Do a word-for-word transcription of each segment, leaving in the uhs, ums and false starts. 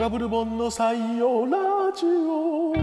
ダブルボンの採用ラジオ。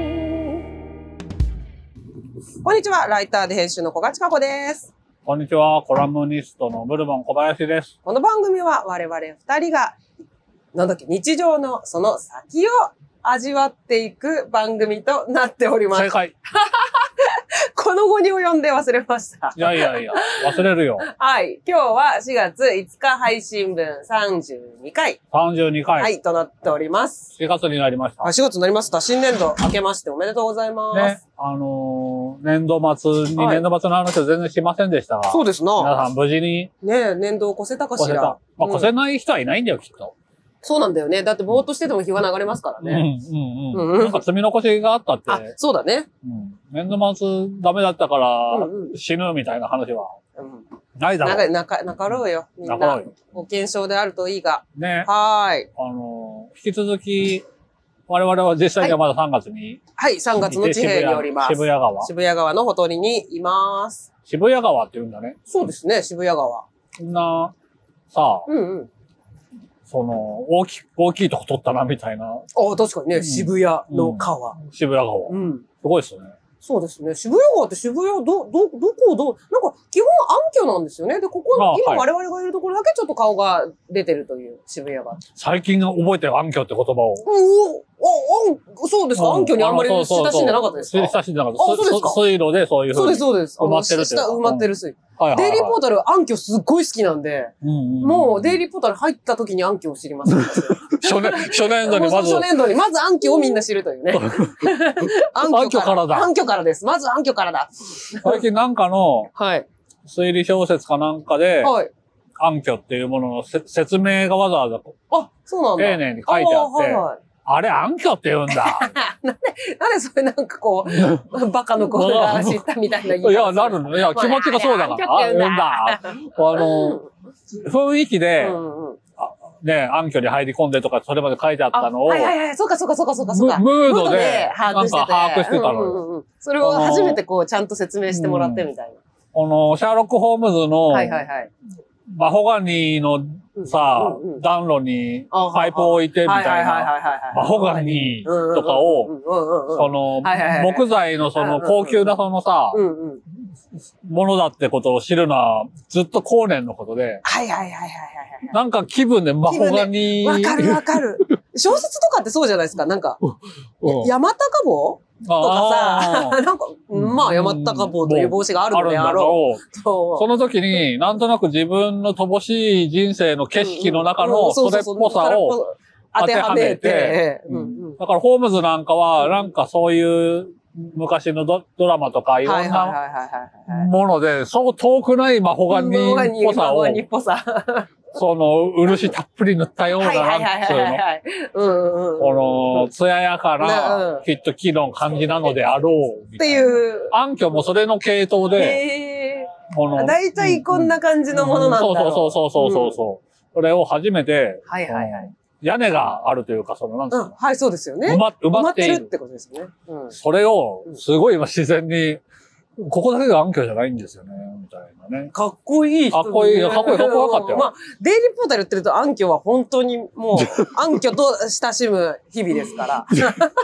こんにちは、ライターで編集の小賀千佳子です。 こんにちは、コラムニストのブルボン小林です。 この番組は我々二人が、なんだっけ、日常のその先を味わっていく番組となっております。 正解。 この後に及んで忘れました。 いやいやいや、忘れるよ。 はい。今日はしがついつか配信分さんじゅうにかい。 さんじゅうにかい。 はい、となっております。 しがつになりました。 あ、しがつになりました。新年度明けましておめでとうございます。 ね、あのー、年度末に年度末の話を全然しませんでしたが。 はい、そうですな。 皆さん無事に。 ね、年度を越せたかしら。 越せた。まあ、越せない人はいないんだよ、きっと。 そうなんだよね。だってぼーっとしてても日は流れますからね。 うんうんうん。なんか積み残しがあったって。 あ、そうだね。 うん。年度末ダメだったから死ぬみたいな話は。ないだろう。 なか、なか、なかろうよ。みんな。なかろうよ。ご健勝であるといいが。 ね。 はーい。 あの、引き続き、我々は実際にはまださんがつに。 はい、はい、さんがつの地平におります。 渋谷川。 渋谷川のほとりにいます。 渋谷川って言うんだね。 そうですね、渋谷川。 そんな、さあ。 うんうん。 その、大き、大きいとこ取ったな、みたいな。 ああ、確かにね、うん、渋谷の川、 うん。渋谷川。うん。すごいですよね。 そうですね。渋谷川って渋谷、ど、ど、どこをどう、なんか、基本暗渠なんですよね。で、ここ、今我々がいるところだけちょっと顔が出てるという渋谷川。 最近覚えてる暗渠って言葉を。 おお、そうですか、暗渠にあんまり親しんでなかったですか？ 親しんでなかった。あ、そうですか。水路でそういうふうに。 そうです、そうです。 埋まってるっていう。 埋まってる水。デイリーポータル暗渠すっごい好きなんで、もうデイリーポータル入った時に暗渠を知ります。 初年、初年度にまず。 初年度にまず暗渠をみんな知るというね。 暗渠からだ。 暗渠からです。まず暗渠からだ。 最近なんかの、はい。推理小説かなんかで、はい。暗渠っていうものの説明がわざわざ、 あ、そうなんだ。 丁寧に書いてあって、あれ暗渠って言うんだ。 なんで、なんでそれなんかこう、バカの子が知ったみたいな言い方。 いや、なるの。いや、気持ちがそうだから。あ、言うんだ。あの、雰囲気で、ね、暗渠に入り込んでとか、それまで書いてあったのを。 はいはいはい、そうかそうかそうかそうかそうか。 ムードで、なんか把握してたの。 それを初めてこう、ちゃんと説明してもらってみたいな。 あの、シャーロック・ホームズの、はいはいはい。マホガニーのさ、暖炉にパイプを置いてみたいな、マホガニーとかを、その、木材のその高級なそのさ、ものだってことを知るのはずっと後年のことで、 はいはいはいはいはい。 なんか気分でマホガニー。 わかるわかる。小説とかってそうじゃないですか。なんか、山高帽とかさ、なんか、まあ、山高帽という帽子があるのであろう。 その時に、なんとなく自分の乏しい人生の景色の中のそれっぽさを当てはめて、だからホームズなんかは、なんかそういう昔の ド, ドラマとかいろんなもので、そう遠くないマホガニっぽさを、その、漆たっぷり塗ったような、なんつうの。この、艶やかな、きっと木の感じなのであろう。 っていう。 暗渠もそれの系統で、 この。だいたいこんな感じのものなんだろう。 そうそうそうそうそうそう。それを初めて、 はいはいはい。 屋根があるというか、その、なんつうの。 はい、そうですよね。 埋ま埋まっている。 ってことですね。 それを、すごい今自然に、ここだけが暗渠じゃないんですよね、みたいなね。 かっこいい人、 かっこいい、かっこいい、かっこよかったよ。 まあ、デイリーポータル言ってると暗渠は本当にもう、暗渠と親しむ日々ですから。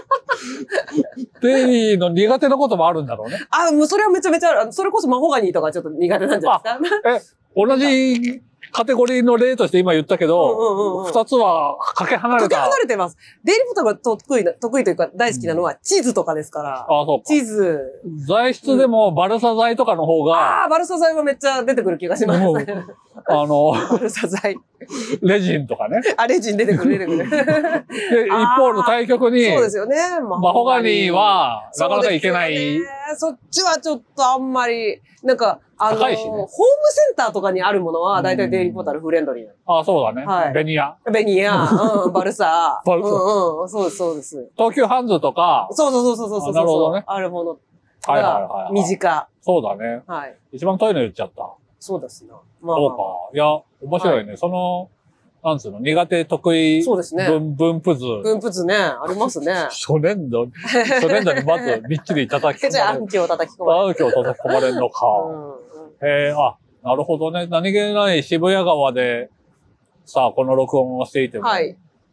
デイリーの苦手なこともあるんだろうね。 あ、もうそれはめちゃめちゃ、それこそマホガニーとかちょっと苦手なんじゃないですか。 え、同じ、カテゴリーの例として今言ったけど、二つはかけ離れた。 かけ離れてます。デイリーポータルが得意な、得意というか大好きなのは地図とかですから。 ああ、そうか。 地図。 材質でもバルサ材とかの方が。 ああ、バルサ材はめっちゃ出てくる気がします。 あの、 バルサ材。 レジンとかね。 あ、レジン出てくる、出てくる。 で、一方の対極に、 そうですよね。 マホガニーは、なかなかいけない。 そっちはちょっとあんまり、なんか、あの、ホームセンターとかにあるものは、だいたいデイリーポータルフレンドリーなの。 ああ、そうだね。はい。ベニヤ。 ベニヤ、うん、バルサ。 バルサ。 うんうん、そうです、そうです。 東急ハンズとか。 そうそうそうそうそう。 なるほどね。 あるもの。 はいはいはい。 身近。 そうだね。はい。一番遠いの言っちゃった。 そうですな。 まあ。そうか。いや、面白いね。その、なんつうの、苦手得意そうですね。 分、分布図。 分布図ね、ありますね。 初年度、初年度にまずみっちり叩き込まれる。 じゃあ暗渠を叩き込まれる。 暗渠を叩き込まれるのか。うん、へえ、あ、なるほどね。何気ない渋谷川で、さあ、この録音をしていても。はい。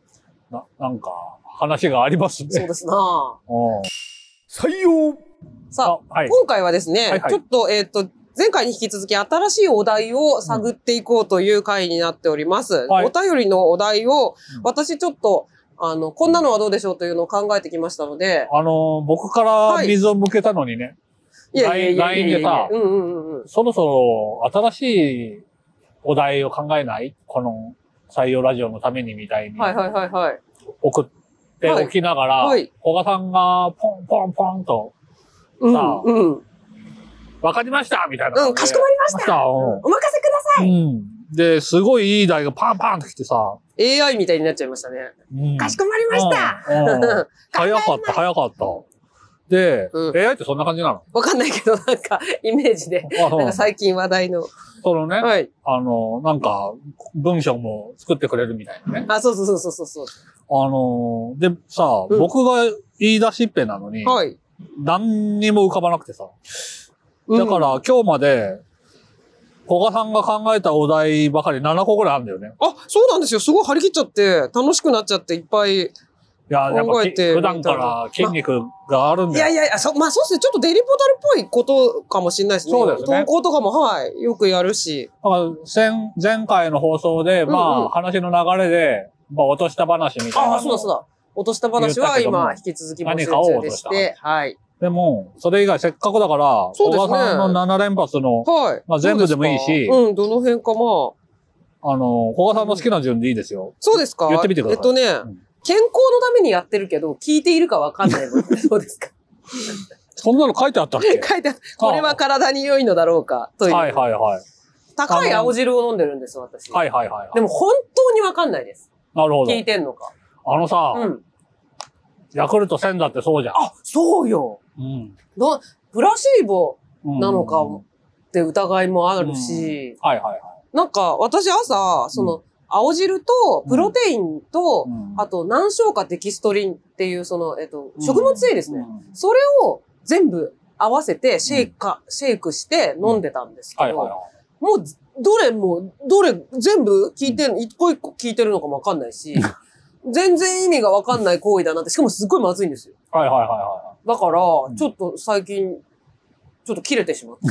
な、なんか、話がありますね。 そうですな。 採用。 さあ、はい、今回はですね、はいはい、ちょっと、えっと、前回に引き続き新しいお題を探っていこうという回になっております。うん、お便りのお題を、私ちょっと、あの、こんなのはどうでしょうというのを考えてきましたので。 あの、僕から水を向けたのにね。はい、ライン でさ、 うんうんうん、 そろそろ新しいお題を考えないこの採用ラジオのためにみたいに。 はいはいはいはい。 送っておきながら、はい、小賀さんがポンポンポンと、さ、うん、うん、わかりましたみたいな。 うん、かしこまりました、うん、お任せください、 うん、で、すごいいい題がパンパンと来てさ。 エーアイ みたいになっちゃいましたね。うん、かしこまりました、 うんうん、早かった、早かった。で、うん、エーアイ ってそんな感じなの？ わかんないけど、なんか、イメージで、なんか最近話題の。 そのね、はい、あの、なんか、文章も作ってくれるみたいなね。 あ、そうそうそうそうそう。 あの、で、さ、うん、僕が言い出しっぺなのに、はい、何にも浮かばなくてさ。だから、うん、今日まで、小賀さんが考えたお題ばかりななこぐらいあるんだよね。 あ、そうなんですよ。すごい張り切っちゃって、楽しくなっちゃっていっぱい。 いや、やっぱ普段から筋肉があるんだよ。 ま、いやいや、そ、まあそうですね。ちょっとデイリーポータルっぽいことかもしれないですね。 そうですね。 投稿とかも、はい、よくやるし。 だから前、前回の放送で、まあ、うんうん、話の流れで、まあ、落とした話みたいな。 ああ、そうだそうだ。落とした話は今、引き続き募集中でして。はい。 でも、それ以外せっかくだから、小賀さんのなな連発の、はい。まあ全部でもいいし、 うん、どの辺かまあ。あの、小賀さんの好きな順でいいですよ。 そうですか？ 言ってみてください。 えっとね、うん健康のためにやってるけど、聞いているかわかんないので、そうですか。 そんなの書いてあったっけ？ 書いてあった。これは体に良いのだろうか、という。 はいはいはい。 高い青汁を飲んでるんです、私。 はいはいはい。 でも本当にわかんないです。なるほど。 聞いてんのか。 あのさ、うん、ヤクルトせんだってそうじゃん。 あ、そうよ。うん。ど、プラシーボなのかって疑いもあるし。 はいはいはい。 なんか、私朝、その、うん青汁と、プロテインと、うん、あと、難消化デキストリンっていう、その、えっと、食物繊維ですね。うん、それを全部合わせて、シェイカ、うん、シェイクして飲んでたんですけど、はいはいはい、もう、どれも、どれ、全部聞いてる、一個一個聞いてるのかもわかんないし、全然意味がわかんない行為だなって、しかもすっごいまずいんですよ。 はいはいはいはい。 だから、ちょっと最近、ちょっと切れてしまって。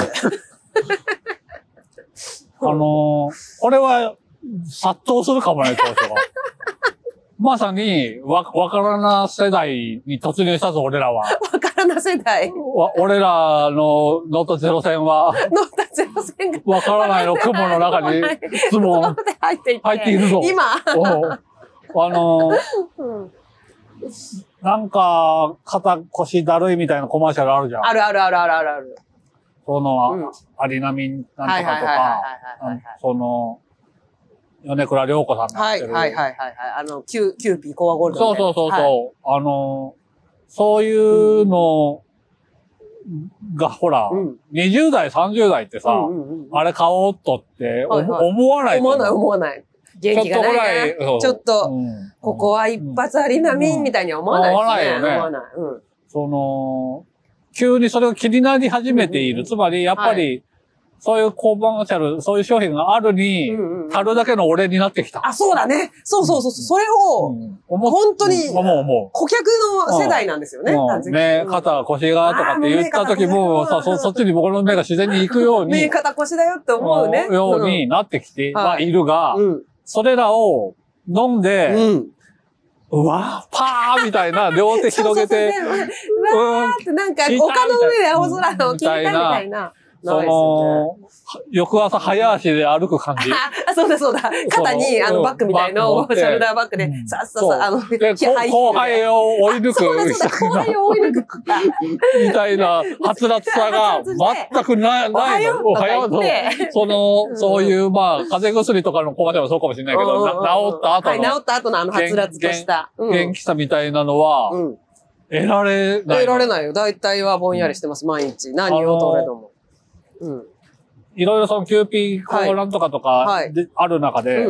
あのー、これは、殺到するかもね、当初が。まさに、わ、わからな世代に突入したぞ、俺らは。 わからな世代わ俺らのノートゼロ戦は、 ノートゼロ戦が、 わからないの雲の中に、ズボン、 入っていって、 入っているぞ。 今あのーうん、なんか、肩腰だるいみたいなコマーシャルあるじゃん。 あるあるあるあるあるある。 その、うん、アリナミンなんとかとか、その、米倉涼子さんがやってる。 はいはいはいはい。あの、キュー、キューピーコアゴールド。 そうそうそうそう、はい。あの、そういうのが、ほら、うん、にじゅう代、さんじゅう代ってさ、うんうんうん、あれ買おうとって、はいはい、思わないと思わない思わない。元気がないな。ちょっと、うん、ここは一発アリナミンみたいには思わないですね。思わないよね。思わない。うん。 その、急にそれが気になり始めている。うんうんうん、つまり、やっぱり、はい、そういうコマーシャル、そういう商品があるに、うんうん、足るだけの俺になってきた。 あ、そうだね。そうそうそう。それを、うん、本当に、顧客の世代なんですよね。 うん、目、肩、腰がとかって言った時も、さ、そ、そっちに僕の目が自然に行くように。 目、肩、腰だよって思うね。 ようになってきてはいるが、うん、それらを飲んで、うんうわパーみたいな、両手広げて、 そうそうそうね、うわーってなんか、丘の上で青空を聞いたみたいな。 その、翌朝早足で歩く感じ。 あ、そうだそうだ。肩にあのバッグみたいのを、ショルダーバッグで、さっさっさ、あの、 後輩を追い抜く。 そうだそうだ、後輩を追い抜く。 みたいな、はつらつさが全くない、ないの。おはようと。その、そういう、まあ、風邪薬とかのコマでもそうかもしれないけど、治った後の。 治った後のあの、はつらつとした。 元気さみたいなのは、得られない。 得られないよ。大体はぼんやりしてます、毎日。何をとれども。 うん。いろいろそのキューピーコーなんとかとかで、ある中で、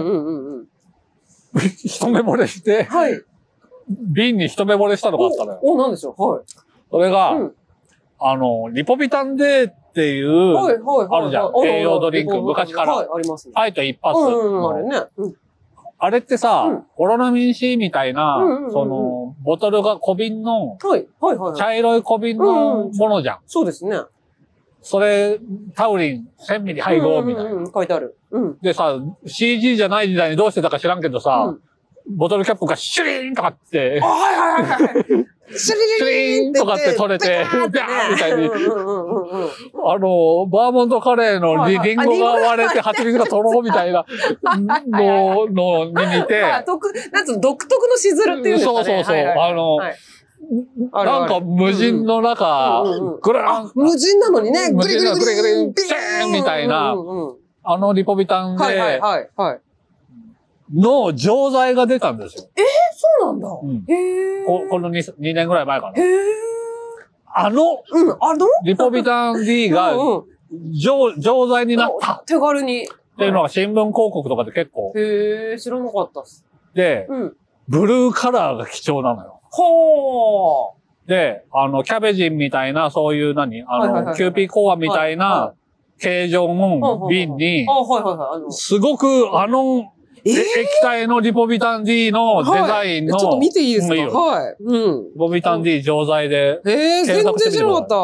一目惚れして、はい、瓶に一目惚れしたのがあったのよ。 お、なんでしょうはい。 それが、うん、あの、リポビタンデーっていう、はいはいはい、あるじゃん。栄養ドリンク、昔から。はい、ありますね。ファイト一発。うん、あれね。うん、 あれってさ、 うん、 オロナミン C みたいな、 うんうんうんうんその、ボトルが小瓶の、 はい。はいはいはい。 茶色い小瓶のものじゃん。 そうですね。 それ、タウリンせんミリ配合みたいな。 うんうんうん、書いてある。うん。 でさ、シージー じゃない時代にどうしてたか知らんけどさ、 うんボトルキャップがシュリーンとかって、 あはいはいはいはい。シュリシュリーンとかって取れて、ビャーンみたいに、 うんうんうんうん。 あの、バーモントカレーのリリンゴが割れて蜂蜜がとろみたいなの、のに似て、 独、なんつうの、独特のしずるっていうんですかね。 そうそうそう。あの、なんか無人の中、ぐるーん。 無人なのにね、 ぐりぐりぐりぐり、ピーンみたいな、あのリポビタンで、 はいはいはいはい。 の錠剤が出たんですよ。 えー、そうなんだ。 うん、 へここの 2, にねんぐらい前かな。 へーあの、 うん、あのリポビタン D が錠、錠剤になった。 手軽に。 っていうのが新聞広告とかで結構。 へー、知らなかったっす。 で、うん、ブルーカラーが貴重なのよ。 ほー。 で、あの、キャベジンみたいな、そういう何あの、はいはいはいはい、キューピーコアみたいな形状の瓶に、すごくあの、えー、液体のリポビタン D のデザインの、はい、 ちょっと見ていいですか？はい。 うん。リポビタン D 錠剤で。 ええー、全然知らなかった。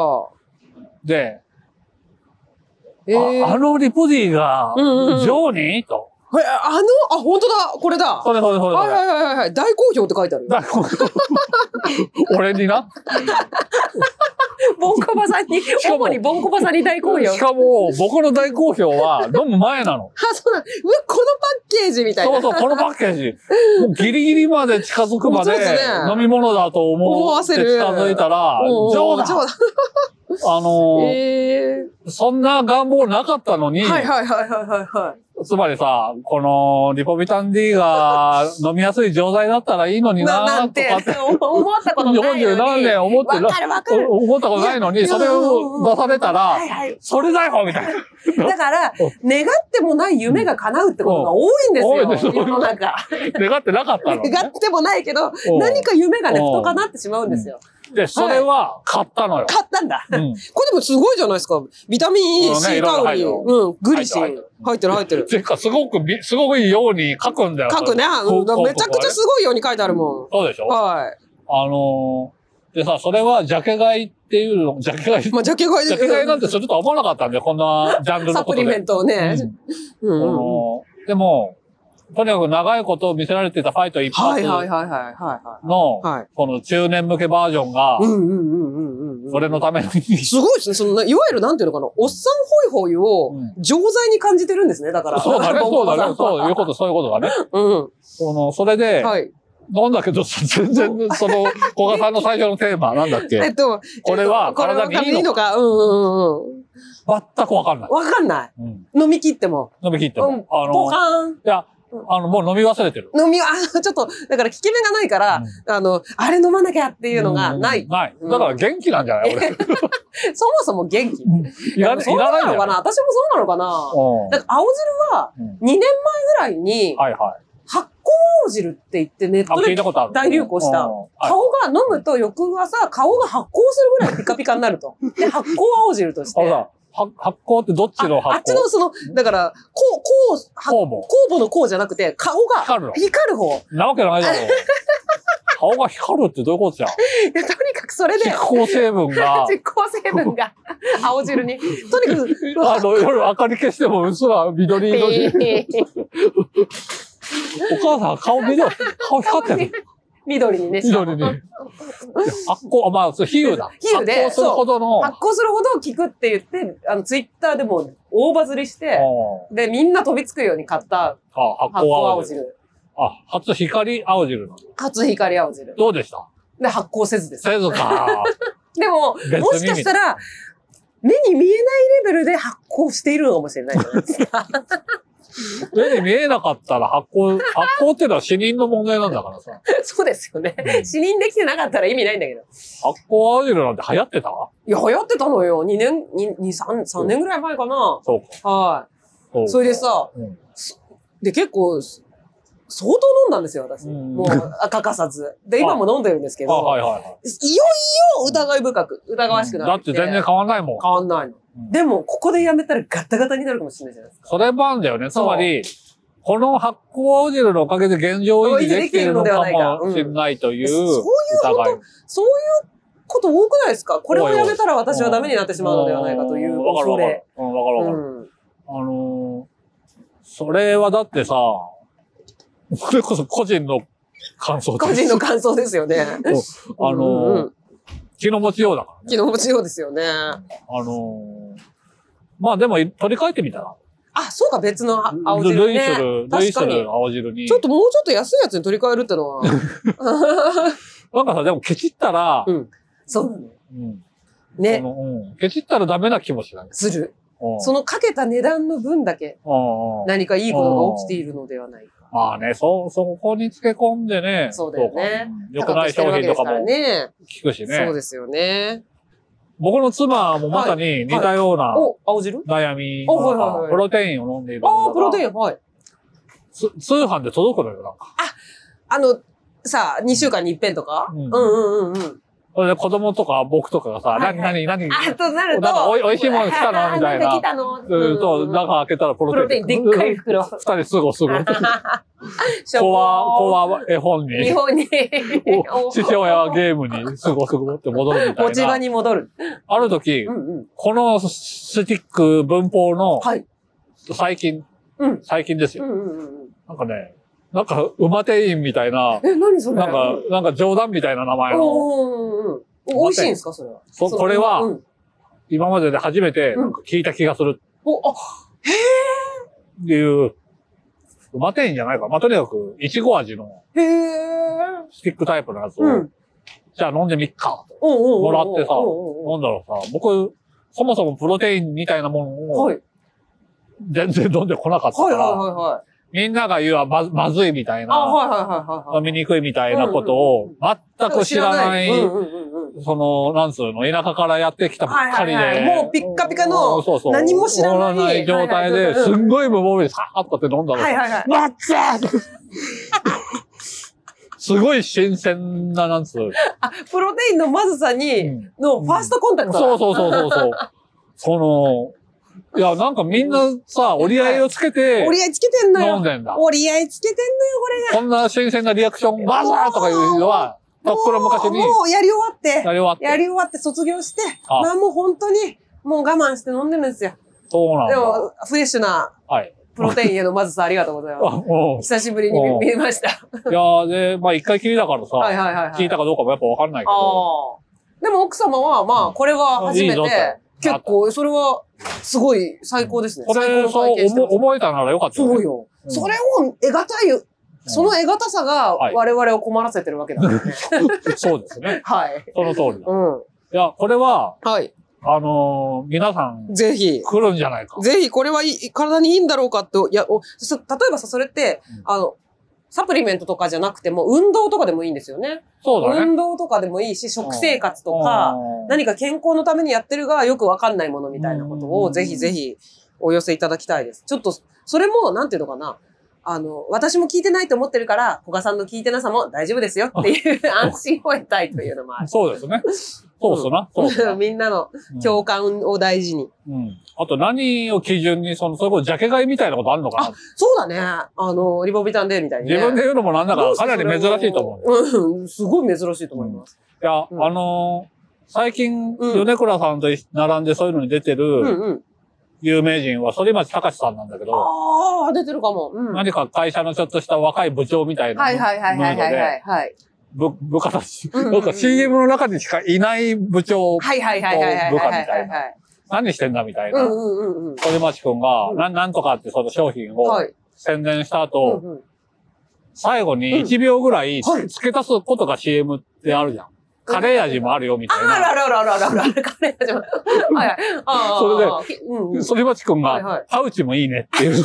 で、えー、あ, あのリポ D が、ジョーニーと。 え、あの、あ、本当だ、これだ。 それそれそれ。 はいはいはいはい。大好評って書いてある。 大好評。俺にな。 ボンコバさんに、主にボンコバさんに大好評。 しかも、僕の大好評は、飲む前なの。 あ、そうなん。うわ、このパッケージみたいな。 そうそう、このパッケージ。もうギリギリまで近づくまで、飲み物だと思思わせる。 近づいたら、ジョーだ。あのーえー、そんな願望なかったのに、 はいはいはいはいはい。 つまりさ、このリポビタン D が飲みやすい錠剤だったらいいのにななんて思ったことないのに。 よんじゅう何年思ってわかるわかる。 思ったことないのに、それを出されたら、それだよみたいな。だから、願ってもない夢が叶うってことが多いんですよ、世の中。 願ってなかったの、ね。 願ってもないけど、何か夢がね、ふと叶ってしまうんですよ。 で、それは買ったのよ。 買ったんだ。これでもすごいじゃないですか。ビタミン C タウリン、うん、グリシン。入ってる入ってる。 ていうか、すごく、すごくいいように書くんだよ。 書くね。めちゃくちゃすごいように書いてあるもん。 そうでしょ？ はい。 あのでさ、それはジャケ買いっていうの、ジャケ買い。 まあ、ジャケ買いで。 ジャケ買いなんてするとは思わなかったんだよ、こんなジャンルのことで。 サプリメントをね。 でも、とにかく長いことを見せられてたファイト一発の、この中年向けバージョンが、それのために。 すごいですね。その、いわゆるなんていうのかな、おっさんホイホイを錠剤に感じてるんですね、だから。 そうだね、そうだね、そういうこと、そういうことだね。うん。その、それで、はい。なんだけど、全然、その、小賀さんの最初のテーマ、なんだっけ？えっと、これは体にいいのか？ うんうんうん。 全くわかんない。 わかんない。飲み切っても。 飲み切っても。 あの、ポカーン。 いや、あの、もう飲み忘れてる。 飲み、あの、ちょっと、だから効き目がないから、あの、あれ飲まなきゃっていうのがない。 ない。だから元気なんじゃない俺。 そもそも元気。 いらない。 そうなのかな？私もそうなのかな？だから青汁は、にねんまえぐらいに、はいはい。発酵青汁って言ってネットで大流行した。顔が飲むと翌朝、顔が発酵するぐらいピカピカになると。で、発酵青汁として。 発酵ってどっちの発酵？ あっちのその、だから、こう、こう、 酵母。 酵母の酵じゃなくて、顔が光るの。光る方。 なわけないだろう。顔が光るってどういうことじゃん。いや、とにかくそれで。 実光成分が。 実光成分が、青汁に。とにかく。 あの、夜明かり消してもうっすら緑色に。お母さん顔緑、顔光ってる。 緑にね。 緑に。発酵、まあ、比喩だ。 比喩で。 発酵するほどの。 発酵するほど効くって言って、あの、ツイッターでも大バズりして、で、みんな飛びつくように買った発酵青汁。 あ、初光青汁なの？ 初光青汁。 どうでした？ で、発酵せずです。 せずか。 でも、もしかしたら、目に見えないレベルで発酵しているのかもしれないじゃないですか。 目に見えなかったら発酵、発酵っていうのは死人の問題なんだからさ。 そうですよね。うん、死人できてなかったら意味ないんだけど。 発酵青汁なんて流行ってた？ いや、流行ってたのよ。にねん、に、三、三年ぐらい前かな。 そうか。 はい。それでさ、うん、で、結構、相当飲んだんですよ、私。うん、もう、欠かさず。で、今も飲んでるんですけど、はいはいはい、いよいよ疑い深く、疑わしくなって、 うん。だって全然変わんないもん。 変わんないの。うん、でも、ここでやめたらガタガタになるかもしれないじゃないですか。 それもあるんだよね。つまり、 この発酵青汁のおかげで現状維持できているのかもしれないという疑い。 そういうこと、そういうこと多くないですか？これをやめたら私はダメになってしまうのではないかという恐れ。 うん、わかるわかる。あのー、それはだってさ、それこそ個人の感想です。 個人の感想ですよね。 あのー、気の持ちようだからね。 気の持ちようですよね。 あのー、まあでも取り替えてみたら。 あ、そうか、別の青汁ね。 類する、類する青汁に。 ちょっともうちょっと安いやつに取り替えるってのは。 なんかさ、でもケチったら、 うん。そうなの。 うん。 ね。 うん。ケチったらダメな気もしない。 する。そのかけた値段の分だけ、何かいいことが起きているのではないか。 まあね、そ、そこにつけ込んでね。 そうだよね。 良くない商品とかも聞くしね。 そうですよね。 僕の妻もまさに似たような青汁悩みのプロテインを飲んでいる。 ああ、プロテイン、はい。 通販で届くのよ、なんか。 あ、あの、さあ、にしゅうかんに一遍とかうんうんうんうん。 それで子供とか僕とかがさ、なになになにあ、となると。 なんかおい、おいしいもの来たのみたいな。 来たのうんと、中開けたらプロテイン。 プロテイン、でっかい袋。 二人すぐすぐ。子は、子は絵本に。 絵本に。 父親はゲームにすごすごって戻るみたいな。 持ち場に戻る。 ある時、このスティック文法の、最近、最近ですよ。なんかね、なんか、馬店員みたいな。 え、何それ？ なんか、なんか冗談みたいな名前の。 美味しいんですかそれは。 そ、これは、今までで初めて聞いた気がする。 お、あ、へーっていう、馬店員じゃないか。まあ、とにかく、いちご味の、 へースティックタイプのやつを、じゃあ飲んでみっか。もらってさ、飲んだらさ、僕、そもそもプロテインみたいなものを、全然飲んでこなかったから、みんなが言うはま、まずいみたいな、飲みにくいみたいなことを全く知らない、その、なんつうの、田舎からやってきたばっかりで、 もうピッカピカの、何も知らない状態で、すんごい無防備でさーっとって飲んだら、なっつーすごい新鮮な、なんつう。 あ、プロテインのまずさに、のファーストコンタクト。 そうそうそうそう。その、いや、なんかみんなさ、折り合いをつけて、 折り合いつけてんのよ。 飲んでんだ。 折り合いつけてんのよ、これが。 こんな新鮮なリアクション、バザーとかいうのは、とっくの昔に。 もうやり終わって。 やり終わって。 やり終わって卒業して、まあもう本当に、もう我慢して飲んでるんですよ。 そうなんだ。 でも、フレッシュな、プロテインへのまずさ、ありがとうございます。久しぶりに見ました。 いやで、まあ一回きりだからさ、聞いたかどうかもやっぱわかんないけど。 でも奥様は、まあ、これは初めて、結構、それは、すごい最高ですね。 これ、そう思えたならよかった。 そうよ。それを得難い、その得難さが我々を困らせてるわけだからね。 そうですね。 はい。 その通りだ。うん。いや、これは、 はい。 あの、皆さん、 ぜひ。 来るんじゃないか。 ぜひ、これはいい、体にいいんだろうかって、いや、例えばさ、それって、あの、サプリメントとかじゃなくても、運動とかでもいいんですよね。 そうだね。 運動とかでもいいし、食生活とか、何か健康のためにやってるがよくわかんないものみたいなことを、ぜひぜひお寄せいただきたいです。ちょっと、それも、なんていうのかな。あの、私も聞いてないと思ってるから、古賀さんの聞いてなさも大丈夫ですよっていう安心を得たいというのもある。 そうですね。そうっすな。そうっすな。 みんなの共感を大事に。 うん。あと何を基準に、その、それこそジャケ買いみたいなことあるのかな？ そうだね。あの、リボビタンデーみたいにね。 自分で言うのもなんだかかなり珍しいと思う。うん、すごい珍しいと思います。 いや、あの、最近、米倉さんと並んでそういうのに出てる、有名人は、反町隆史さんなんだけど。 ああ、出てるかも。 何か会社のちょっとした若い部長みたいな。 はいはいはいはいはいはい。 部、部下たち。なんか シーエム の中にしかいない部長と部下みたいな。何してんだみたいな。反町くんが、な、なんとかってその商品を宣伝した後、最後にいちびょうぐらい付け足すことが シーエム ってあるじゃん。カレー味もあるよ、みたいな。 あららららららら、カレー味も。はいはい。 それで、反町くんが、パウチもいいねっていう。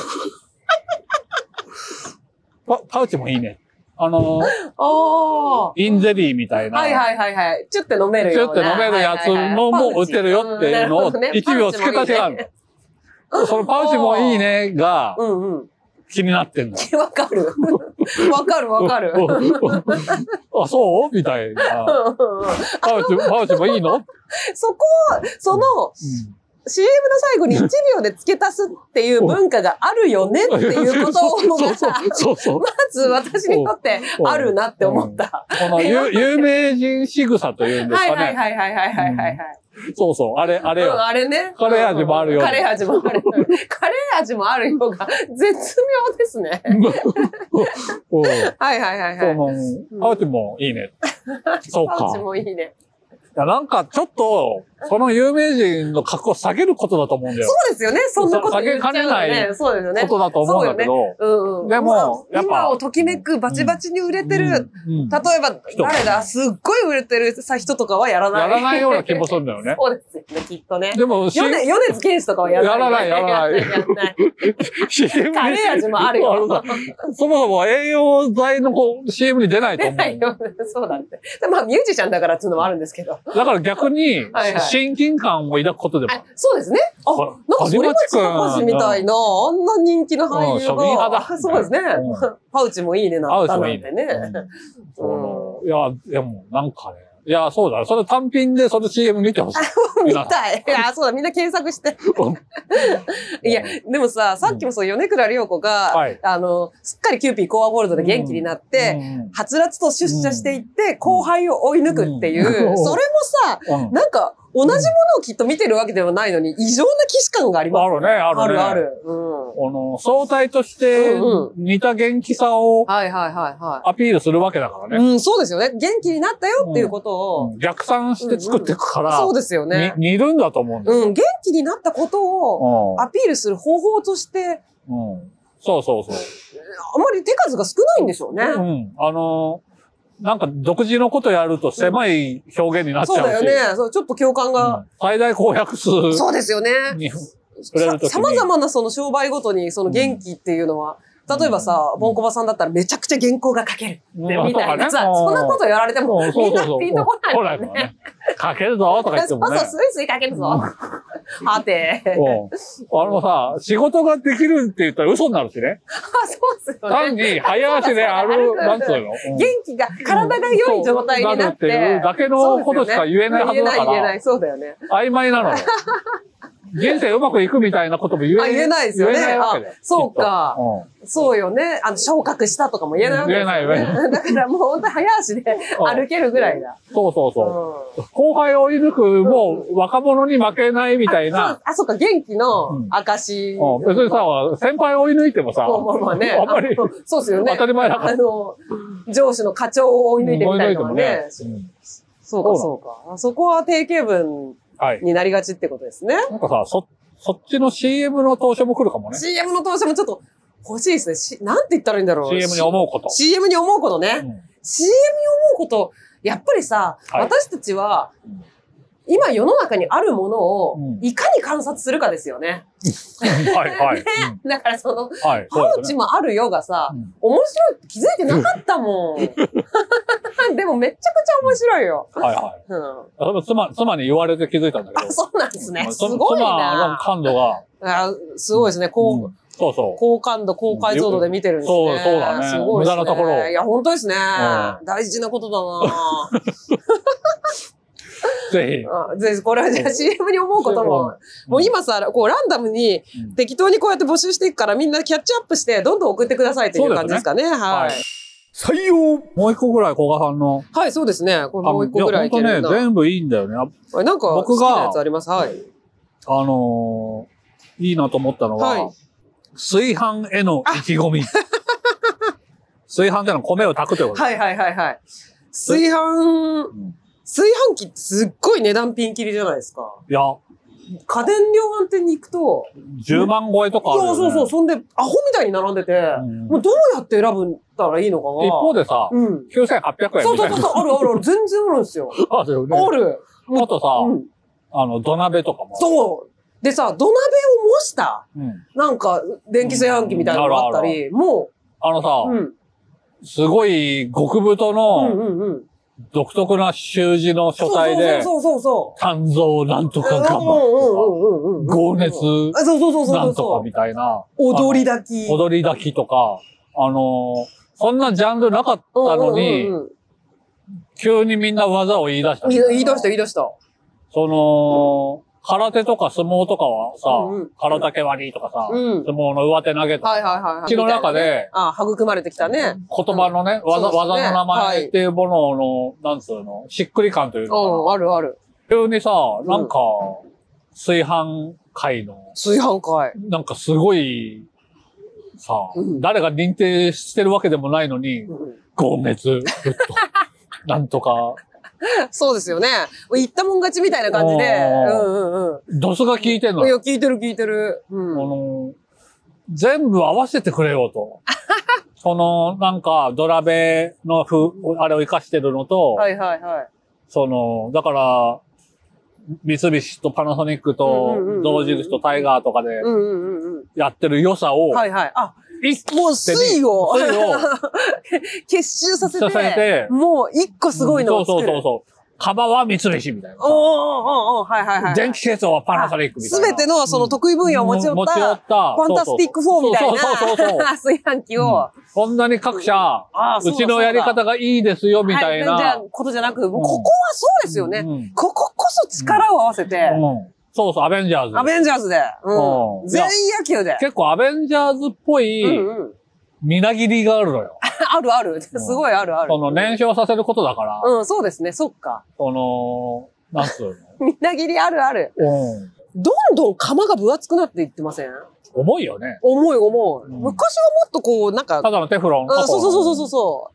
パ、パウチもいいね。あのー、インゼリーみたいな。 はいはいはいはい。チュって飲めるよ。 チュって飲めるやつのも売ってるよっていうのをいちびょう付け足しがあるの。そのパウチもいいねが、気になってんの。 わかる。わかるわかる。 あ、そうみたいな。パウチ、パウチもいいの？ そこ、その、 シーエム の最後にいちびょうで付け足すっていう文化があるよねっていうことを、 そうそうそうそう。 まず私にとってあるなって思った。 この有有名人仕草というんですかね。 はいはいはいはいはいはい。 そうそう、あれ、あれよ。 あれね。 カレー味もあるよ。 カレー味もあるよ。カレー味もあるよが絶妙ですね。はいはいはいはい。 その、パウチもいいね。そうか。 パウチもいいね。 いや、なんかちょっと、その有名人の格好を下げることだと思うんだよ。 そうですよね。そんなこと言っちゃうよね。 下げかねないそうですよね。 ことだと思うんだけど。 うんうん。 でも、やっぱ。 今をときめくバチバチに売れてる。例えば、誰だすっごい売れてるさ人とかはやらない。 やらないような気もするんだよね。 そうですよね、きっとね。 でも、 米津玄師とかはやらない。 やらない、やらない。やらない。 カレー味もあるよ。 そもそも栄養剤の シーエム に出ないと思う。 出ないよ。そうだって。まあ、ミュージシャンだからっていうのもあるんですけど。 だから逆に、親近感を抱くことでも。 そうですね。あ、なんか反町隆史みたいな、あんな人気の俳優が。そうですね。パウチもいいねなったなんてね。 いや、でもなんかね。いや、そうだ。それ単品でその シーエム 見てほしい。 見たい。いや、そうだ。みんな検索して。いや、でもさ、さっきもそう、米倉涼子が、あの、すっかりキューピーコアゴールドで元気になって、はつらつと出社していって、後輩を追い抜くっていう、それもさ、なんか、同じものをきっと見てるわけではないのに、異常な既視感がありますあるね、あるね。 あるある。 うん。あの、相対として似た元気さを、 はいはいはいはい。 アピールするわけだからね。 うん、そうですよね。元気になったよっていうことを。 逆算して作っていくから。 そうですよね。 似るんだと思うんだよ。 うん、元気になったことをアピールする方法として、 うん。そうそうそう。 あまり手数が少ないんでしょうね。 うん。あの、なんか独自のことやると狭い表現になっちゃうし。 そうだよね。そう、ちょっと共感が。 最大公約数。 そうですよね。さまざまなその商売ごとにその元気っていうのは、例えばさ、ボンコバさんだったらめちゃくちゃ原稿が書ける。みたいなさ、そんなことやられても、みんなピンとこないよね。 書けるぞとか言ってもね。 そうそう、スイスイ書けるぞ。はて。 あのさ、仕事ができるって言ったら嘘になるしね。 あ、そうですよね。 単に早足である、なんつうの。元気が、体が良い状態になって。 っていうだけのことしか言えないはずだから。 言えない言えない、そうだよね。 曖昧なのよ。人生うまくいくみたいなことも言えない。 あ、言えないですよね。あ、そうか。そうよね。あの、昇格したとかも言えないわけですよね。言えない言えない。だからもう本当早足で歩けるぐらいだ。 そうそうそう。後輩を追い抜く、もう若者に負けないみたいな。 あ、そうか、元気の証。 別にさ、先輩を追い抜いてもさ、 まあまあね。 あんまり。 そうですよね。 当たり前だから。 あの、上司の課長を追い抜いてみたいなのね。そうか、そうか。そこは定型文になりがちってことですね。 なんかさ、そ、そっちの シーエム の投書も来るかもね。 シーエム の投書もちょっと欲しいですね。し、なんて言ったらいいんだろう。 シーエム に思うこと。 シーエム に思うことね。うん、シーエム に思うこと、やっぱりさ、はい、私たちは、今世の中にあるものを、いかに観察するかですよね。 はいはい。 だからその、はい、パウチもあるよがさ、うん、面白いって気づいてなかったもん。でもめっちゃくちゃ面白いよ。 はいはい。うん、妻、妻に言われて気づいたんだけど。 あ、そうなんですね。すごいな。 妻の感度が。 あ、すごいですね。こう、うん、 そうそう。 高感度、高解像度で見てるんですね。 そう、そうだね。 すごいですね。 無駄なところ。 いや、本当ですね。うん、大事なことだなぜひ。ぜひ、これはじゃあ シーエム に思うことも、もう今さ、こうランダムに適当にこうやって募集していくからみんなキャッチアップしてどんどん送ってくださいという感じですかね。はい。 採用もう一個ぐらい古賀さんの。 はい、そうですね。これもう一個ぐらいいけるな。 本当ね、全部いいんだよね。 なんか、僕が好きなやつあります。はい。 あのー、いいなと思ったのは、はい、炊飯への意気込み。炊飯ってのは米を炊くということ。 はいはいはいはい。炊飯、うん炊飯器ってすっごい値段ピンキリじゃないですか。 いや。 家電量販店に行くと。 じゅうまん超えとかあるよね。 そうそうそう。そんで、アホみたいに並んでて、うん、もうどうやって選ぶたらいいのかな。 一方でさ、うん、きゅうせんはっぴゃくえんみたいな。 そうそうそう。あるあるある。全然あるんですよ。 あるよね。 ある。 あとさ、うん、あの、土鍋とかも。 そう。でさ、土鍋を模した、うん、なんか、電気炊飯器みたいなのがあったり、うん、もう。 あのさ、うん、すごい極太の、うんうんうん独特な習字の書体で、 そうそうそうそう。 肝臓なんとか我慢とか、豪熱なんとかみたいな。 踊り炊き。 踊り炊きとか、あの、そんなジャンルなかったのに、急にみんな技を言い出した。 言い出した言い出した。 その、 空手とか相撲とかはさ、 うんうん、 空竹割りとかさ、 うん、 相撲の上手投げとか、 はいはいはいはい。 口の中で、 ああ、育まれてきたね。 言葉のね、技、技の名前っていうものの、なんつうの、しっくり感というのかな。 うん、あるある。 急にさ、なんか、炊飯会の、 炊飯会。 なんかすごい、さ、うん、誰が認定してるわけでもないのに、うん、高熱、ぶっと、なんとか。 そうですよね。言ったもん勝ちみたいな感じで。うんうんうん。 ドスが効いてんのいや、効いてる効いてる。うん、 あの全部合わせてくれよと。その、なんか、ドラベの風、あれを活かしてるのと、 はいはいはい。 その、だから、三菱とパナソニックと、同印とタイガーとかで、やってる良さを、 はいはい。あ、もう水を、水を結集させて、てもう一個すごいのを作る。 そうそうそうそう。カバは三菱みたいな。 おーおーおーはいはいはい。 電気系統はパナソニックみたいな。 すべてのその得意分野を持ち寄った、ファンタスティックフォーみたいな炊飯器を。 こんなに各社、うちのやり方がいいですよみたいな。 じゃあ、ことじゃなく、ここはそうですよね。こここそ力を合わせて。 そうそう、アベンジャーズ。 アベンジャーズで。全員野球で。 結構アベンジャーズっぽい、みなぎりがあるのよ。 あるある。すごいあるある。 その燃焼させることだから。 うん、そうですね。そっか。 その、なんつうの。 みなぎりあるある。うん。どんどん釜が分厚くなっていってません？ 重いよね。 重い重い。昔はもっとこう、なんか。 ただのテフロン。 うん、そうそうそうそうそう。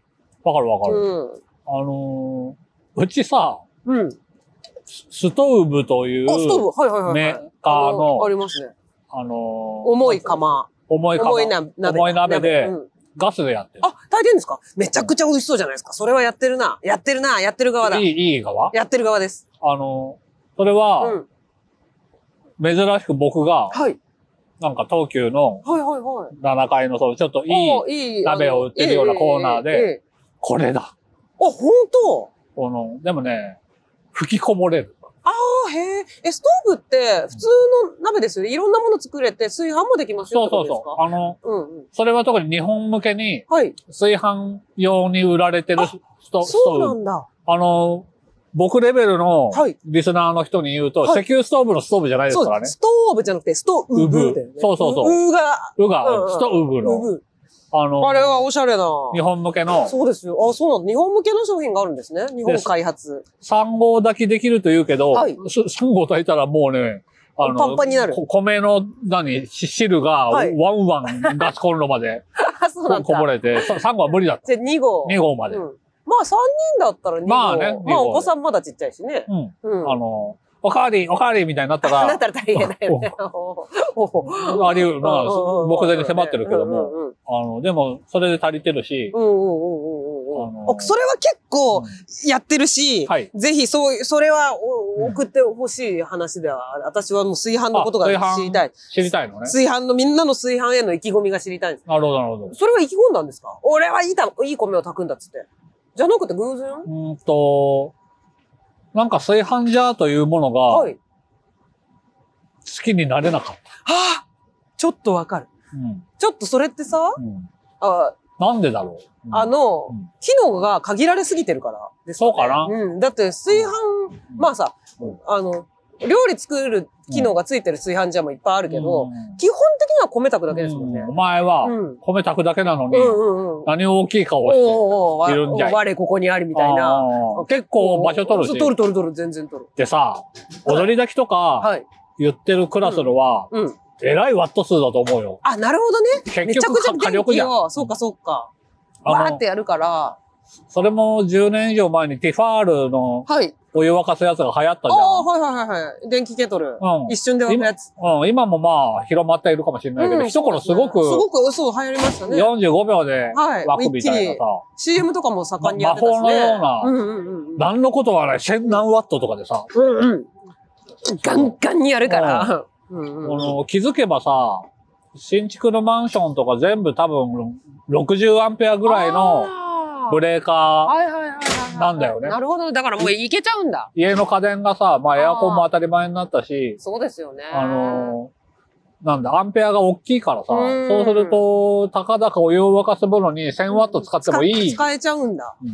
わかるわかる。うん。あのー、うちさ、 うん。 ストーブという、 ストーブはいはいはい。 メーカーの、 ありますね。 あのー、 重い釜。 重い釜。 重い鍋。 重い鍋で、ガスでやってる。 あ、炊いてるんですか？めちゃくちゃ美味しそうじゃないですか。それはやってるな。やってるな。やってる側だ。 いい、いい側？ やってる側です。 あの、それは、珍しく僕が、はい。なんか東急の、はいはいはい。ななかいのそのちょっといい鍋を売ってるようなコーナーで、これだ。あ、 本当？ この、でもね、吹きこぼれる。 ああ、へえ。え、ストーブって普通の鍋ですよね。いろんなもの作れて炊飯もできますよってことですか？ そうそうそう。あの、うんうん、それは特に日本向けに、はい。炊飯用に売られてるスト、ストーブ。 そうなんだ。 あの、僕レベルのリスナーの人に言うと、はい、石油ストーブのストーブじゃないですからね。 ストーブじゃなくて、ストウブだよね。 そうそうそう。 ウが。 ウが、うんうん、ストウブの。ウブ。 あの、あれはおしゃれな。 日本向けの。 そうですよ。あ、そうなの。日本向けの商品があるんですね。日本開発。 さん号炊きできると言うけど、はい、さん号炊いたらもうね、 あの、パンパンになる。 米の、何、汁が、ワンワンガスコンロまで、こぼれて、さん号は無理だった。 じゃに号。 に号まで。 うん、まあさんにんだったらに号。まあね。まあお子さんまだちっちゃいしね。 うん。うん、あの、おかわり、おかわりみたいになったら。 なったら大変だよね。 あり得る。まあ、目前に迫ってるけども。あの、でも、それで足りてるし。 うんうんうんうんうん。それは結構やってるし、はい、ぜひそう、それは送ってほしい話では、私はもう炊飯のことが知りたい。 知りたいのね。 炊飯の、みんなの炊飯への意気込みが知りたいんです。 なるほど、なるほど。 それは意気込んだんですか？俺はいいた、いい米を炊くんだっつって。じゃなくて偶然？ うんと、なんか炊飯ジャーというものが、はい。好きになれなかった。 はぁ、ちょっとわかる。うん。ちょっとそれってさ、うん、あなんでだろう、 うん、あの、うん、機能が限られすぎてるからですかね。 そうかな。 うん。だって炊飯、うん、まあさ、うん、あの、料理作る機能がついてる炊飯ジャーもいっぱいあるけど、うん、基本的には米炊くだけですもんね。うん、 お前は、米炊くだけなのに、うんうん、何を大きい顔をしているんじゃい。 我ここにありみたいな。 結構場所取るし。 取る取る取る、全然取る。 でさ、踊り炊きとか、言ってるクラスルは、うんうんえらいワット数だと思うよ。 あ、なるほどね。 結局めちゃくちゃ火力じゃん。 そうかそうか。わーってやるから。 それもじゅうねん以上前にティファールのお湯沸かすやつが流行ったじゃん。ああ、はいはいはいはい。電気ケトル。うん。一瞬で沸くやつ。 うん。今もまあ広まっているかもしれないけど、一頃すごく。 すごく、そう、流行りましたね。 よんじゅうごびょうで沸くみたいなさ。 シーエム とかも盛んにやってたしね。 魔法のような。うんうんうん。何のことはない。千何ワットとかでさ。 うんうん。ガンガンにやるから。 うんうん、の気づけばさ、新築のマンションとか全部多分ろくじゅうアンペアぐらいのブレーカーなんだよね。 なるほど。だからもういけちゃうんだ。 家の家電がさ、まあエアコンも当たり前になったし。 そうですよね。 あの、なんだ、アンペアが大きいからさ、うそうすると、たかだかお湯を沸かすものにせんワット使ってもいい。 使えちゃうんだ。うん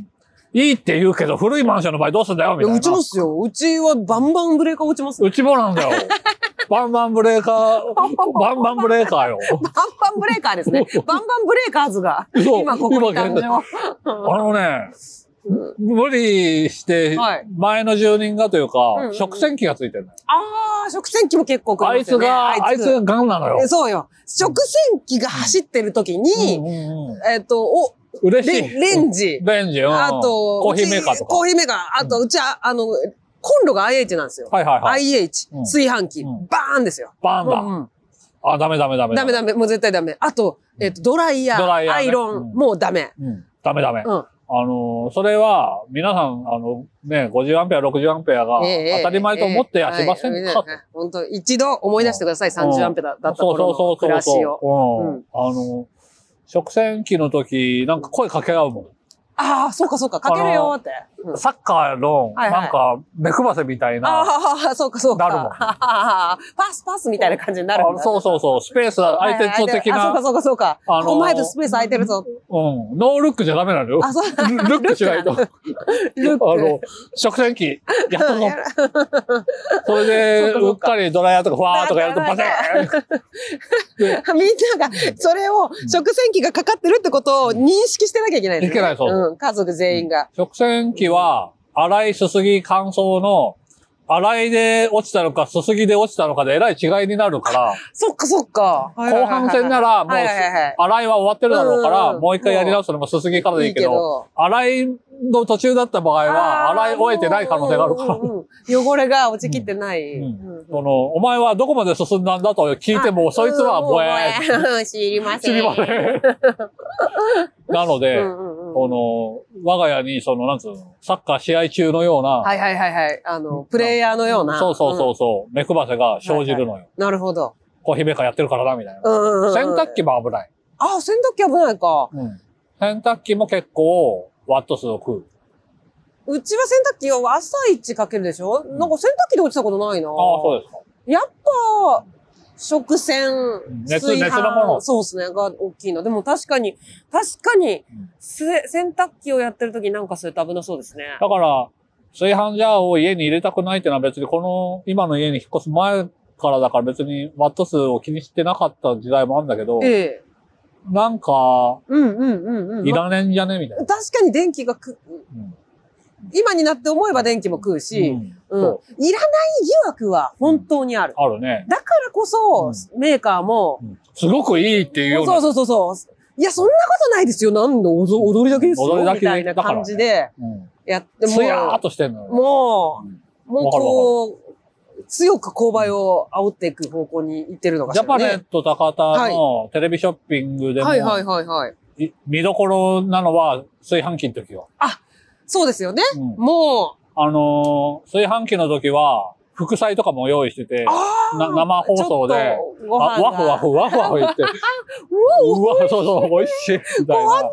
いいって言うけど、古いマンションの場合どうすんだよみたいな。 打ちますよ。うちはバンバンブレーカー打ちます。 うちもなんだよ。バンバンブレーカー、バンバンブレーカーよ。 バンバンブレーカーですね。バンバンブレーカーズが、今ここに誕生。 あのね、無理して、前の住人がというか、食洗機がついてるのよ。 ああ、食洗機も結構来るんですよね。 あいつが、あいつがガンなのよ。 そうよ。食洗機が走ってる時に、えっと、お、 嬉しい。 レンジ。 レンジ、うん。 あと、 コーヒーメーカーとか。 コーヒーメーカー。あと、うちは、あの、コンロが アイエイチ なんですよ。 はいはいはい。 アイエイチ。炊飯器。バーンですよ。 バーンだ。あ、ダメダメダメ。 ダメダメ。もう絶対ダメ。あと、えっと、ドライヤー。アイロン。もうダメ。 ダメダメ。あの、それは、皆さん、あの、ね、ごじゅうアンペア、ろくじゅうアンペアが当たり前と思ってやしませんか？ 本当一度思い出してください。さんじゅうアンペアだった頃の暮らしを。 あの、食洗機の時、なんか声かけ合うもん。 ああ、そうかそうか、かけるよって。 サッカーの、なんか、目配せみたいな。 ああ、そうかそうか。 なるもん。 パスパスみたいな感じになるんだ。 そうそうそう。スペース空いてるぞ的な。 そうかそうかそうか。あの、お前とスペース空いてるぞ。 うん。ノールックじゃダメなのよ。あ、そうルックしないと。ルック。あの、食洗機、やっとぞ。それで、うっかりドライヤーとかファーとかやるとバテーンみんなが、それを、食洗機がかかってるってことを認識してなきゃいけないですね。 いけない、そう。 家族全員が。 食洗機は、洗い、すすぎ、乾燥の、洗いで落ちたのか、すすぎで落ちたのかでえらい違いになるから。 そっかそっか。 後半戦なら、もう、洗いは終わってるだろうから、もう一回やり直すのもすすぎからでいいけど、洗いの途中だった場合は、洗い終えてない可能性があるから。 汚れが落ちきってない。 その、お前はどこまで進んだんだと聞いても、そいつはぼえー。知りません。 知りません。なので、この、我が家に、その、なんつうの、サッカー試合中のような。 はいはいはいはい。あの、プレイヤーのような。 そうそうそうそう。目配せが生じるのよ。 なるほど。 コーヒーメーカーやってるからな、みたいな。洗濯機も危ない。 あ、洗濯機危ないか。 洗濯機も結構、ワット数を食う。 うちは洗濯機を朝一かけるでしょ、うん、なんか洗濯機で落ちたことないな。ああ、そうですか。 やっぱ、食洗、 熱、熱のもの。 そうですね、が大きいの。でも確かに、確かに、うん、洗濯機をやってるときなんかすると危なそうですね。 だから、炊飯ジャーを家に入れたくないっていうのは別にこの、今の家に引っ越す前からだから別にワット数を気にしてなかった時代もあるんだけど、ええ、なんか、 うんうんうんうん。 いらねんじゃねみたいな。 確かに電気がく、うん今になって思えば電気も食うし、うんうん、いらない疑惑は本当にある。 あるね。 だからこそ、うん、メーカーも、うん、 すごくいいっていうような。 そうそうそうそう。いや、そんなことないですよ。なんで踊りだけですよ。踊りだけみたいな感じで、やっても。 つやーっとしてんのよ。 もう、もうこう、強く購買を煽っていく方向に行ってるのかしらね。 ジャパネット高田のテレビショッピングでも、 はいはいはいはい。 見どころなのは炊飯器の時は。 あそうですよね。うん、もう。 あのー、炊飯器の時は、副菜とかも用意してて、な生放送で、ワフワフ、ワフワフ言って、うわ、そうそう、美味しい、みたいな。 こんなにツヤツヤして。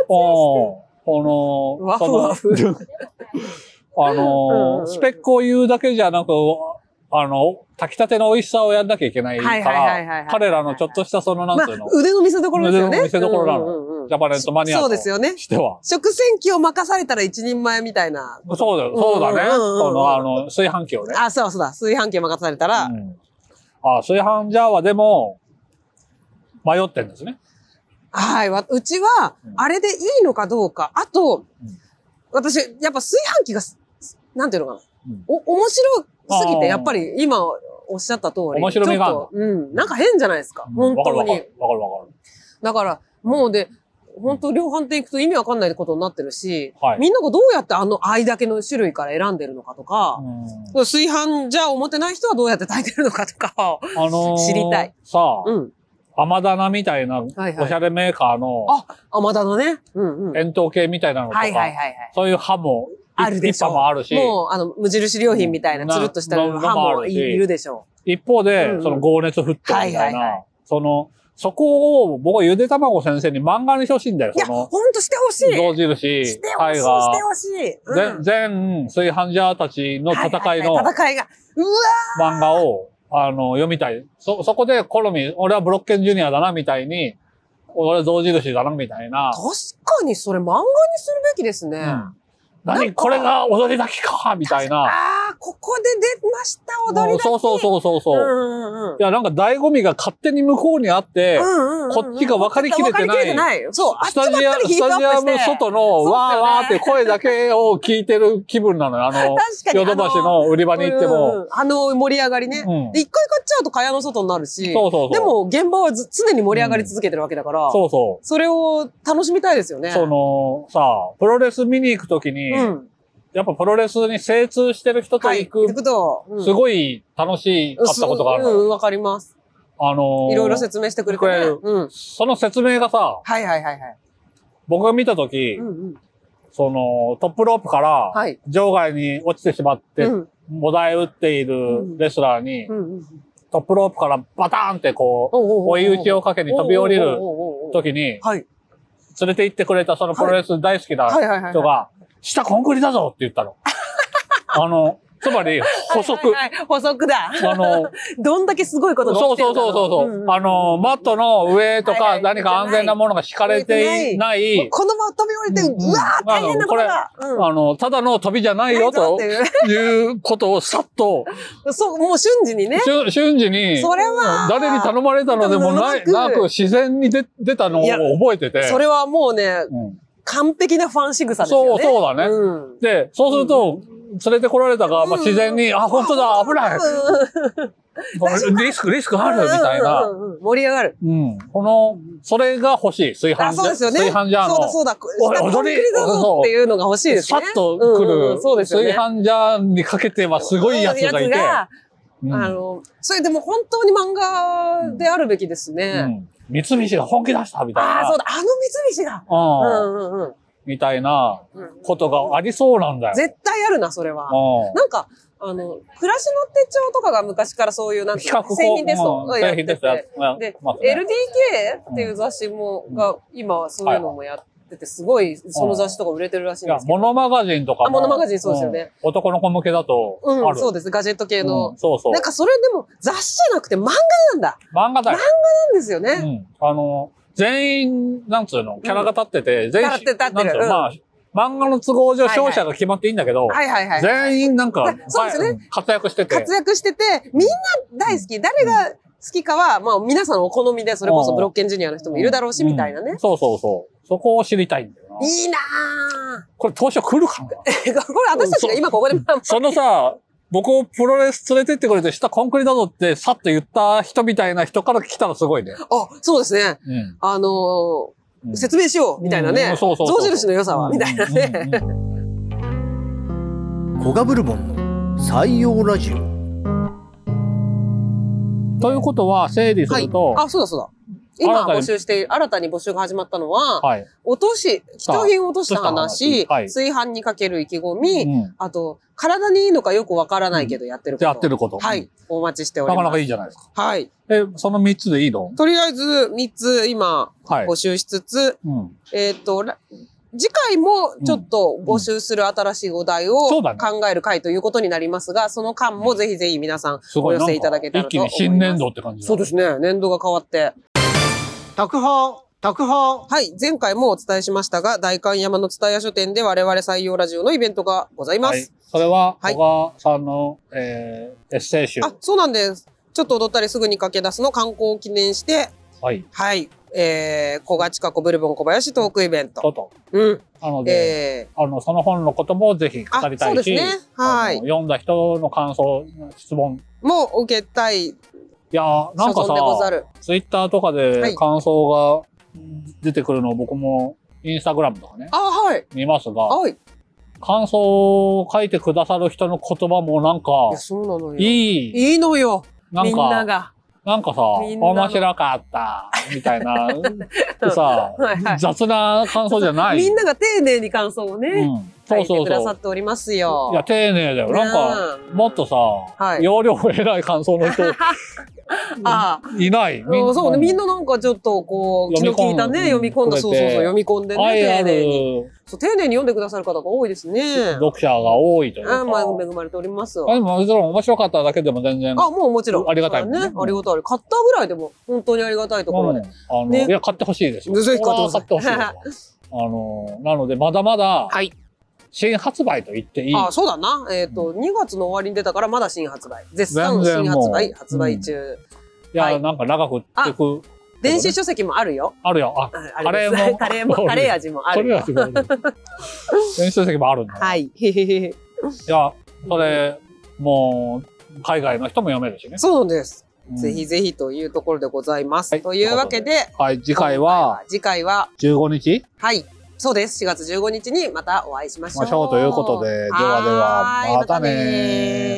この、 ワフワフ。 あのー、スペックを言うだけじゃなく、あの、炊きたての美味しさをやんなきゃいけないから、彼らのちょっとしたその、なんていうの、まあ、 腕の見せ所ですよね。 腕の見せ所なの。うんうん、ジャパネットマニアとしては。そうですよね。 食洗機を任されたら一人前みたいな。 そうだよ、そうだね。その、あの、炊飯器をね。 あ、そうそうだ。炊飯器を任されたら。うん、 あ、炊飯ジャーはでも、迷ってんですね。 はい。うちは、あれでいいのかどうか。あと、うん、私、やっぱ炊飯器が、なんていうのかな。うん、お、面白すぎて、やっぱり今おっしゃった通り。 面白みがある。 うん。なんか変じゃないですか。本当に。わかるわかるわかる。 だから、もうで、本当量販店行くと意味わかんないことになってるし、はい、みんながどうやってあの愛だけの種類から選んでるのかとか、うん、炊飯じゃ思ってない人はどうやって炊いてるのかとか、あのー、知りたい。 さあ、うん。甘棚みたいな、おしゃれメーカーの、 はいはい、あ、甘棚ね。うんうん。 円筒形みたいなのとか、はいはいはいはい、そういう刃も、 あるでしょう。 もあるし。 もう、あの、無印良品みたいな、つるっとした刃もいるでしょう。一方で、うん、その、豪熱沸騰みたいな、はいはいはい、その、そこを、僕はゆで卵先生に漫画にしてほしいんだよ。 いや、ほんとしてほしい。 象印、 してほしい、してほしい。 うん、全、炊飯ジャーたちの戦いの、 戦いが、うわ漫画を、あの、読みたい。そ、そこで好み、俺はブロッケンジュニアだな、みたいに、俺は象印だな、みたいな。 確かにそれ漫画にするべきですね。うん何これが踊りだけかみたいな。 ああ、ここで出ました、踊りだけ。 そうそうそうそうそう。 うんうんうん、 いや、なんか醍醐味が勝手に向こうにあって、うんうんうん、こっちが分かりきれてない。分かりきれてない。 そう、 スタジアム、スタジアム外のわーわーって声だけを聞いてる気分なのよ。あの、ヨドバシの売り場に行っても。 うんうん、あの盛り上がりね。うん、で、一回買っちゃうと蚊帳の外になるし。 そうそうそう。 でも現場は常に盛り上がり続けてるわけだから。うん、そうそう。それを楽しみたいですよね。 その、さ、プロレス見に行くときに、うん、やっぱプロレスに精通してる人と行く、はい、行くと、うん、すごい楽しかったことがあるの。 うん、わかります。あのー、いろいろ説明してくれてね。 うん、その説明がさ、 はいはいはいはい。 僕が見たとき、うんうん、その、トップロープから場外に落ちてしまって、はい、もだえ打っているレスラーに、うんうんうん、トップロープからバターンってこう、追い打ちをかけに飛び降りるときに、連れて行ってくれたそのプロレス大好きな人が、下コンクリだぞって言ったの。あの、つまり、補足。はいはいはい、 補足だ。あの、どんだけすごいことが起きてるんだろう。 そうそうそうそう。うんうん、あの、マットの上とか何か安全なものが敷かれていない。ないこのまま飛び降りて、うん、うわー大変なことだ。 これ、うん、あの、ただの飛びじゃないよということをさっと。 そう、もう瞬時にね。 瞬時に。それは。誰に頼まれたのでもない、なく自然に出出たのを覚えてて。 それはもうね、うん完璧なファン仕草ですよね。 そう、そうだね。うん、で、そうすると、連れてこられたが、まあ、自然に、うん、あ、本当だ、危ない。うん、リスク、リスクあるみたいな、 うんうんうん。盛り上がる。 うん。この、それが欲しい。炊飯ジャー。 そうですよね。 炊飯ジャーの。 そうだそうだ。踊りだぞっていうのが欲しいですね。 さっと来る。うんうん、そうですよね。炊飯ジャーにかけてはすごいやつがいて。 うん、あの、それでも本当に漫画であるべきですね。うん三菱が本気出したみたいな。 ああ、そうだ、あの三菱が。うんうんうん。 みたいなことがありそうなんだよ。 絶対あるな、それは。なんか、あの、暮らしの手帳とかが昔からそういう、なんていうの、製品テストをやってて。で、エルディーケー っていう雑誌も、が、今はそういうのもやってて、すごい、その雑誌とか売れてるらしいんですけど。 モノマガジンとかも。 あ、モノマガジンそうですよね。 男の子向けだと。 うん、そうです。ガジェット系の。 そうそう。 なんかそれでも雑誌じゃなくて漫画なんだ。 漫画だよ。 漫画なんですよね。 うん。あの、全員、なんつうの、キャラが立ってて、全員、 立って立ってる。 まあ、漫画の都合上、勝者が決まっていいんだけど、 はいはいはい。 全員なんか、 そうですね。 活躍してて。 活躍してて、みんな大好き。誰が好きかは、まあ皆さんのお好みで、それこそブロッケンジュニアの人もいるだろうし、みたいなね。 そうそうそう。そこを知りたいんだよな。 いいなぁ。 これ当初来るかなこれ私たちが今ここで。 そのさ、僕をプロレス連れてってくれて、下コンクリだぞってさっと言った人みたいな人から来たらすごいね。 あ、そうですね。うん、あのーうん、説明しようみたいなね。象印の良さはみたいなね。 コガブルボンの採用ラジオ。 ということは整理すると、 はい、あ、そうだそうだ。今募集している、新たに募集が始まったのは、はい、落とし、貴品を落とした話、はい、炊飯にかける意気込み、うん、あと、体にいいのかよくわからないけどやってること。 やってること。 はい。お待ちしております。 なかなかいいじゃないですか。 はい。 え、そのみっつでいいの？ とりあえずみっつ今、募集しつつ、はいうん、えっと、次回もちょっと募集する新しいお題を考える回ということになりますが、その間もぜひぜひ皆さんお寄せいただけたらと思います。 一気に新年度って感じだ。 そうですね。年度が変わって。 特報特報はい。前回もお伝えしましたが、代官山の蔦屋書店で我々採用ラジオのイベントがございます。はい、 それは、小川さんの、えー、エッセイ集。 あ、そうなんです。ちょっと踊ったりすぐに駆け出すの観光を記念して、はい。はい。えー、小賀千佳子ブルボン小林トークイベント。と。うん。 なので、えー、あの、その本のこともぜひ語りたいし、そうですね。はい。読んだ人の感想、質問も受けたい。 いやー、なんかさ、ツイッターとかで感想が出てくるのを僕もインスタグラムとかね、 あ、はい。 見ますが、はい。感想を書いてくださる人の言葉もなんか、 いや、そうなのよ。 いい。 いいのよ。 なんか、 みんなが。 なんかさ、面白かった、みたいな、さ、はいはい、雑な感想じゃない。 みんなが丁寧に感想をね、うん、そうそうそう書いてくださっておりますよ。 いや、丁寧だよ。なんか、もっとさ、はい、容量偉い感想の人、ああいない。 そうね、みんななんかちょっとこう、気の利いたね、読み込んだ、そうそうそう、読み込んでね、丁寧に。そう、丁寧に読んでくださる方が多いですね。 読者が多いというか。 あまあ、恵まれておりますわ。 あ、でももちろん面白かっただけでも全然。 あ、もうもちろん。 ありがたいね。ありがたい。買ったぐらいでも、本当にありがたいところで。 あの、いや、買ってほしいですよ。 ぜひ買ってほしい。 あの、なので、まだまだ、はい。 新発売と言っていい。 あ、そうだな。えっと、にがつの終わりに出たからまだ新発売。絶賛新発売、発売中。 いや、なんか長くってく。 電子書籍もあるよ。 あるよ。あ、カレーも。 カレーも、カレー味もあるよ。 カレー味もある。電子書籍もあるんだ。 はい。 いや、それ、もう、海外の人も読めるしね。 そうです。ぜひぜひというところでございます。というわけで、 はい、次回は、 次回は、 じゅうごにちはい。そうです。しがつじゅうごにちにまたお会いしましょう。 ましょうということで、ではでは、またねー。